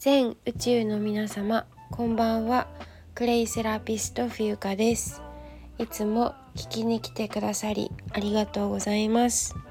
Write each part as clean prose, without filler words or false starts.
全宇宙の皆様、こんばんは。クレイセラピスト冬香です。いつも聞きに来てくださりありがとうございます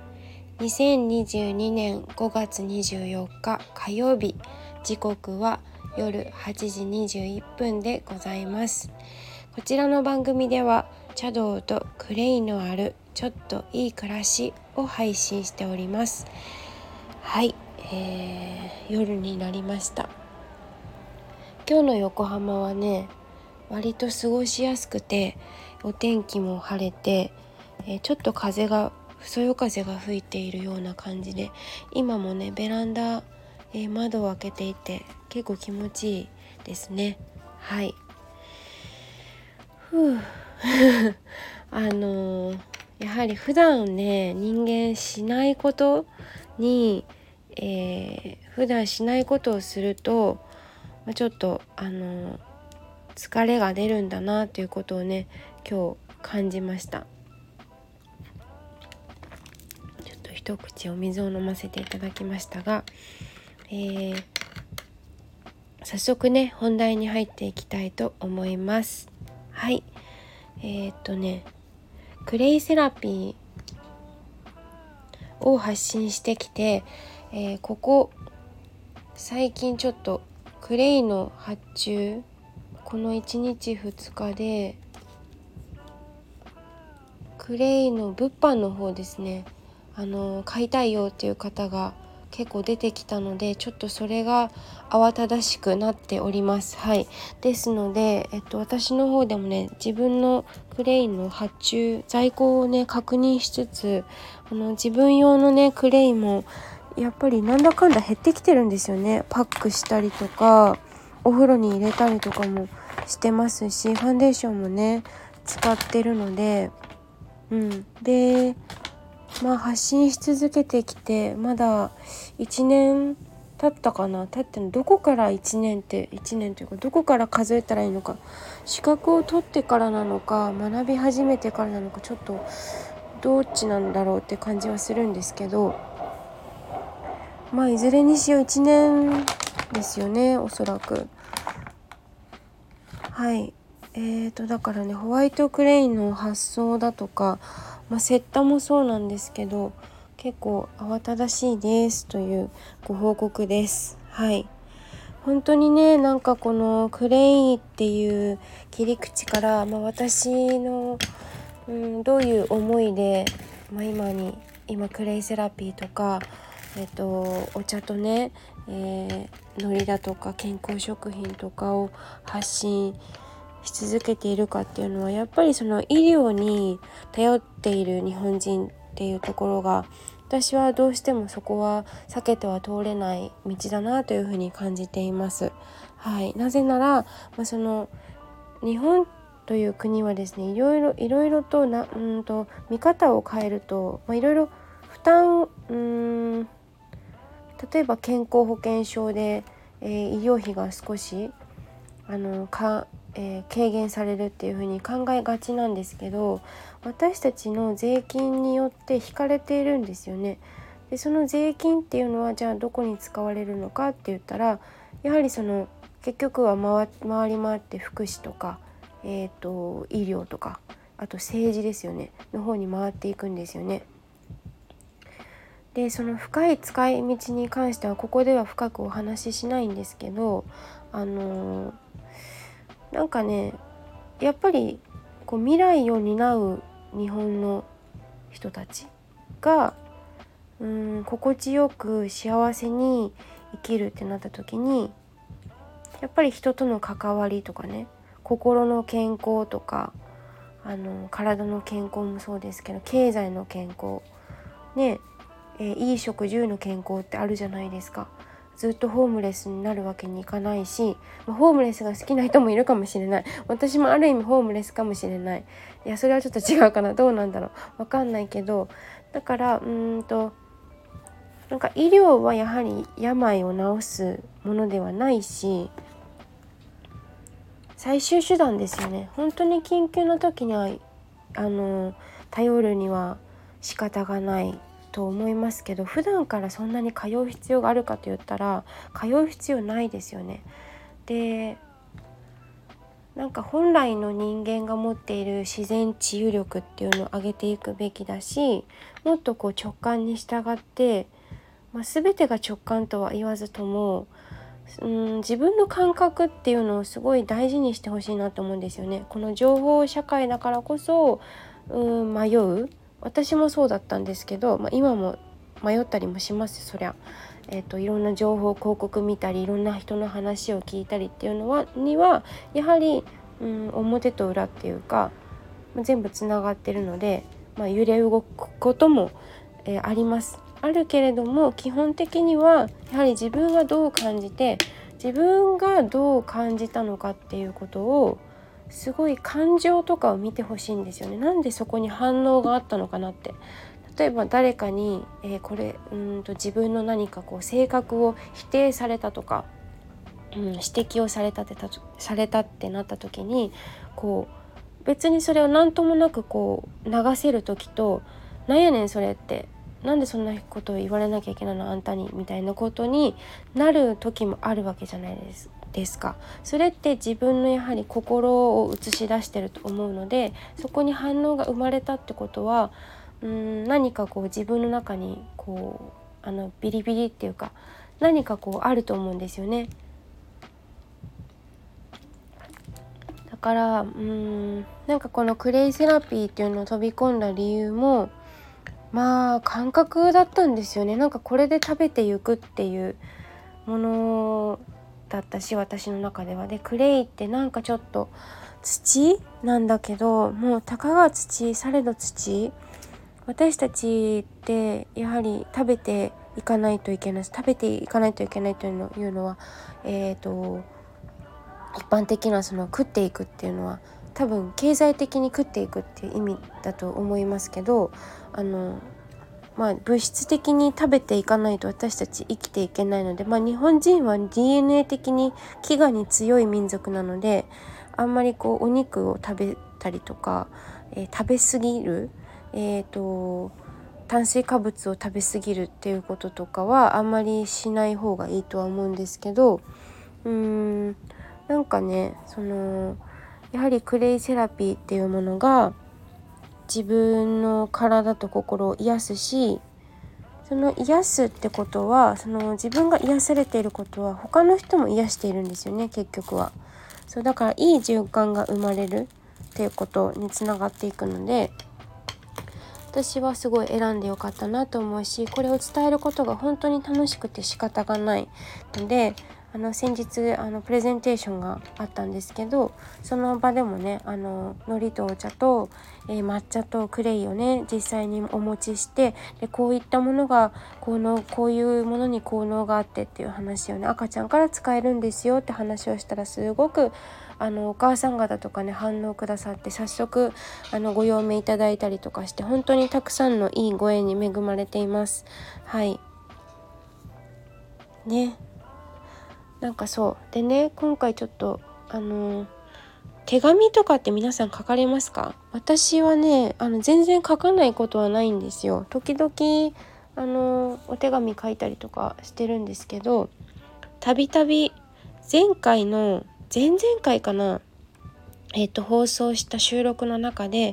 。2022年5月24日火曜日、時刻は夜8時21分でございます。こちらの番組では茶道とクレイのあるちょっといい暮らしを配信しております。はい、夜になりました。今日の横浜はね、割と過ごしやすくて、お天気も晴れて、ちょっとそよ風が吹いているような感じで、今もねベランダ、窓を開けていて結構気持ちいいですね。はい。やはり普段ね人間しないことに、普段しないことをすると、ちょっと疲れが出るんだなということをね今日感じました。ちょっと一口お水を飲ませていただきましたが、早速ね本題に入っていきたいと思います。はい。クレイセラピーを発信してきて、ここ最近ちょっとクレイの発注、この1日2日でクレイの物販の方ですね、買いたいよっていう方が結構出てきたので、ちょっとそれが慌ただしくなっております。はい。ですので、私の方でもね自分のクレイの発注在庫をね確認しつつ、自分用のねクレイもやっぱりなんだかんだ減ってきてるんですよね。パックしたりとかお風呂に入れたりとかもしてますし、ファンデーションもね使ってるので、で発信し続けてきてまだ1年経ったかな。経ってのどこから1年というかどこから数えたらいいのか、資格を取ってからなのか学び始めてからなのか、ちょっとどっちなんだろうって感じはするんですけど、いずれにしよう1年ですよね、おそらく。はい。だからねホワイトクレイの発送だとか、セッタもそうなんですけど結構慌ただしいですというご報告です。はい。本当にねなんかこのクレイっていう切り口から、私の、どういう思いで、今クレイセラピーとか、お茶とね、海苔だとか健康食品とかを発信し続けているかっていうのは、やっぱりその医療に頼っている日本人っていうところが、私はどうしてもそこは避けては通れない道だなというふうに感じています。はい。なぜなら、その日本という国はですね、いろいろと見方を変えると、いろいろ負担、例えば健康保険証で、医療費が少し軽減されるっていう風に考えがちなんですけど、私たちの税金によって引かれているんですよね。でその税金っていうのはじゃあどこに使われるのかって言ったら、やはりその結局は回り回って福祉とか、医療とか、あと政治ですよねの方に回っていくんですよね。でその深い使い道に関してはここでは深くお話ししないんですけど、なんかねやっぱりこう未来を担う日本の人たちが心地よく幸せに生きるってなった時に、やっぱり人との関わりとかね、心の健康とか体の健康もそうですけど、経済の健康ね、衣食住の健康ってあるじゃないですか。ずっとホームレスになるわけにいかないし、ホームレスが好きな人もいるかもしれない。私もある意味ホームレスかもしれない。いやそれはちょっと違うかな、どうなんだろう、わかんないけど、だからなんか医療はやはり病を治すものではないし、最終手段ですよね。本当に緊急な時には頼るには仕方がないと思いますけど、普段からそんなに通う必要があるかと言ったら通う必要ないですよね。でなんか本来の人間が持っている自然治癒力っていうのを上げていくべきだし、もっとこう直感に従って、全てが直感とは言わずとも自分の感覚っていうのをすごい大事にしてほしいなと思うんですよね。この情報社会だからこそ迷う。私もそうだったんですけど、今も迷ったりもしますそりゃ。いろんな情報広告見たりいろんな人の話を聞いたりっていうのはやはり、表と裏っていうか、全部つながってるので、揺れ動くことも、あります。あるけれども基本的にはやはり自分がどう感じて自分がどう感じたのかっていうことをすごい感情とかを見てほしいんですよね。なんでそこに反応があったのかなって。例えば誰かに、自分の何かこう性格を否定されたとか、指摘をされたってなった時にこう別にそれを何ともなくこう流せる時と、なんやねんそれって、なんでそんなことを言われなきゃいけないのあんたにみたいなことになる時もあるわけじゃないですか。それって自分のやはり心を映し出してると思うので、そこに反応が生まれたってことは何かこう自分の中にこうビリビリっていうか何かこうあると思うんですよね。だからなんかこのクレイセラピーっていうのを飛び込んだ理由も感覚だったんですよね。なんかこれで食べていくっていうものだったし、私の中では。でクレイってなんかちょっと土なんだけど、もうたかが土されど土、私たちってやはり食べていかないといけないというのは一般的なその食っていくっていうのは多分経済的に食っていくっていう意味だと思いますけど、物質的に食べていかないと私たち生きていけないので、日本人は DNA 的に飢餓に強い民族なので、あんまりこうお肉を食べたりとか、食べ過ぎる、炭水化物を食べ過ぎるっていうこととかはあんまりしない方がいいとは思うんですけど、なんかねやはりクレイセラピーっていうものが自分の体と心を癒すし、その癒すってことは自分が癒されていることは他の人も癒しているんですよね、結局は。そうだからいい循環が生まれるっていうことにつながっていくので、私はすごい選んでよかったなと思うし、これを伝えることが本当に楽しくて仕方がないので、先日プレゼンテーションがあったんですけど、その場でもね海苔とお茶と、抹茶とクレイをね実際にお持ちして、でこういったものがこういうものに効能があってっていう話をね、赤ちゃんから使えるんですよって話をしたら、すごくお母さん方とかね反応くださって、早速ご用命いただいたりとかして、本当にたくさんのいいご縁に恵まれています。はいね。なんかそうでね、今回ちょっと手紙とかって皆さん書かれますか？私はね全然書かないことはないんですよ。時々お手紙書いたりとかしてるんですけど、たびたび前々回かな、放送した収録の中で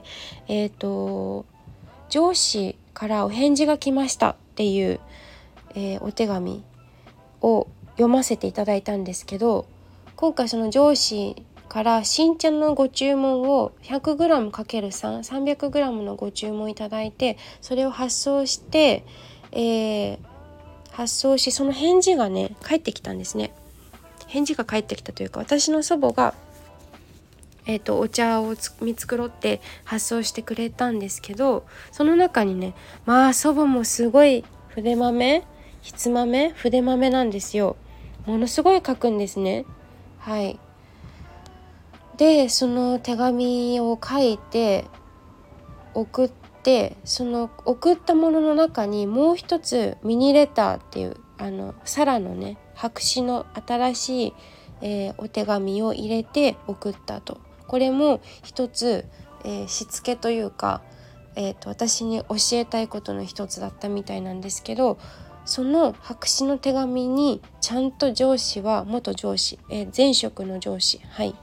上司からお返事が来ましたっていう、お手紙を読ませていただいたんですけど、今回その上司から新茶のご注文を 100g×3 300g のご注文いただいて、それを発送して、その返事がね返ってきたんですね。返事が返ってきたというか、私の祖母がお茶を見繕って発送してくれたんですけど、その中にね祖母もすごい筆豆なんですよ。ものすごい書くんですね。はい。でその手紙を書いて送って、その送ったものの中にもう一つミニレターっていうサラのね白紙の新しい、お手紙を入れて送ったと。これも一つ、しつけというか、 私に教えたいことの一つだったみたいなんですけど、その白紙の手紙にちゃんと元上司、前職の上司、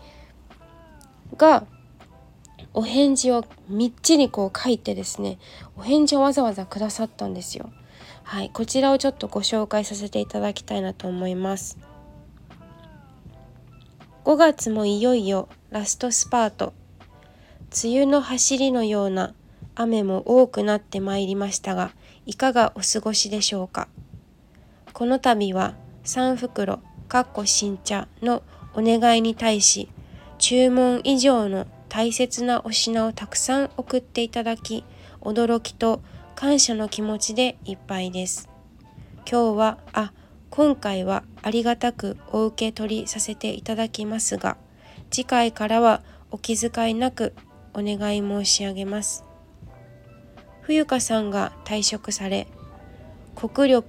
がお返事をみっちり書いてですね、お返事をわざわざくださったんですよ。こちらをちょっとご紹介させていただきたいなと思います。5月もいよいよラストスパート。梅雨の走りのような雨も多くなってまいりましたが、いかがお過ごしでしょうか。この度は3袋新茶のお願いに対し、注文以上の大切なお品をたくさん送っていただき、驚きと感謝の気持ちでいっぱいです。今回はありがたくお受け取りさせていただきますが、次回からはお気遣いなくお願い申し上げます。冬香さんが退職され、国内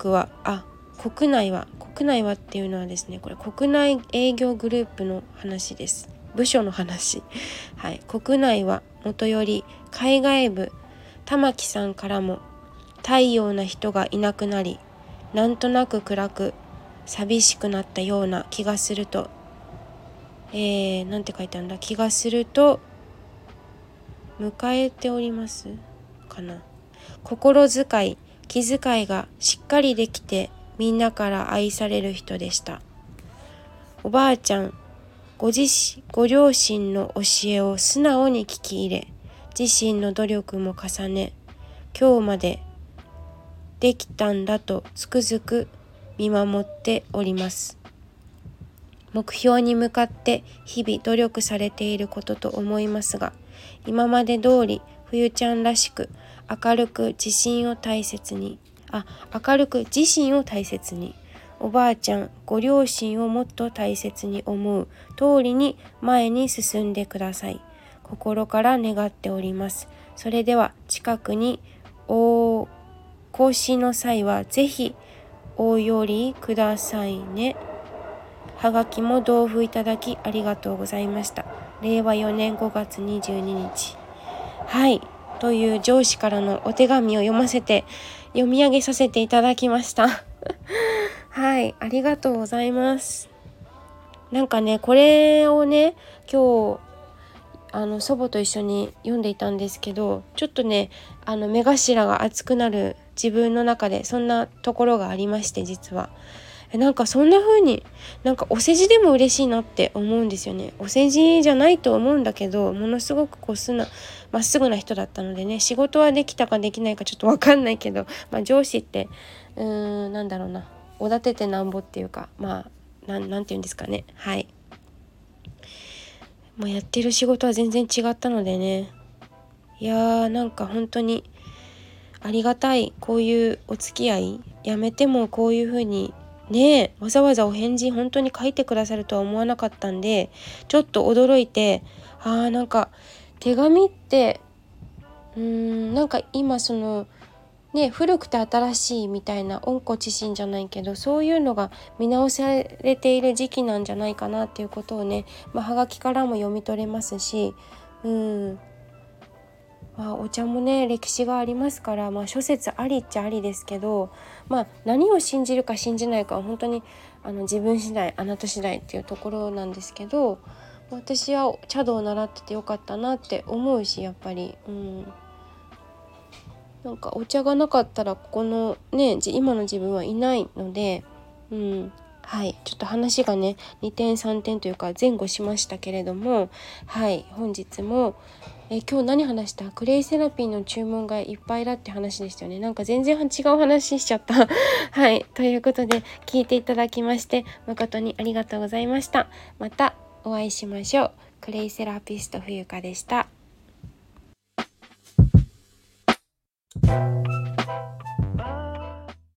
はっていうのはですね、これ国内営業グループの話です。部署の話。国内はもとより海外部玉木さんからも太陽な人がいなくなり、なんとなく暗く寂しくなったような気がすると、なんて書いてあるんだ、気がすると迎えておりますかな。心遣い、気遣いがしっかりできて、みんなから愛される人でした。おばあちゃん、ご両親の教えを素直に聞き入れ、自身の努力も重ね、今日までできたんだとつくづく見守っております。目標に向かって日々努力されていることと思いますが、今まで通り冬ちゃんらしく明るく自身を大切に、おばあちゃん、ご両親をもっと大切に思う通りに前に進んでください。心から願っております。それでは近くにお越しの際はぜひお寄りくださいね。はがきも同封いただきありがとうございました。令和4年5月22日。という上司からのお手紙を読み上げさせていただきましたありがとうございます。なんかね、これをね、今日祖母と一緒に読んでいたんですけど、ちょっとね目頭が熱くなる自分の中でそんなところがありまして、実はなんかそんな風にお世辞でも嬉しいなって思うんですよね。お世辞じゃないと思うんだけど、ものすごくまっすぐな人だったのでね、仕事はできたかできないかちょっと分かんないけど、上司っておだててなんぼっていうか、なんていうんですかね。もうやってる仕事は全然違ったのでね、いやー本当にありがたい。こういうお付き合いやめてもこういう風にね、わざわざお返事本当に書いてくださるとは思わなかったんで、ちょっと驚いて、手紙って今古くて新しいみたいな温故知新じゃないけど、そういうのが見直されている時期なんじゃないかなっていうことをね、はがきからも読み取れますし、お茶もね歴史がありますから、諸説ありっちゃありですけど、何を信じるか信じないかは本当に自分次第、あなた次第っていうところなんですけど、私は茶道を習っててよかったなって思うし、やっぱりお茶がなかったらここのね今の自分はいないので、ちょっと話がね2点3点というか前後しましたけれども、本日も今日何話した？クレイセラピーの注文がいっぱいだって話でしたよね。全然違う話しちゃったということで聞いていただきまして誠にありがとうございました。またお会いしましょう。クレイセラピスト冬香でした。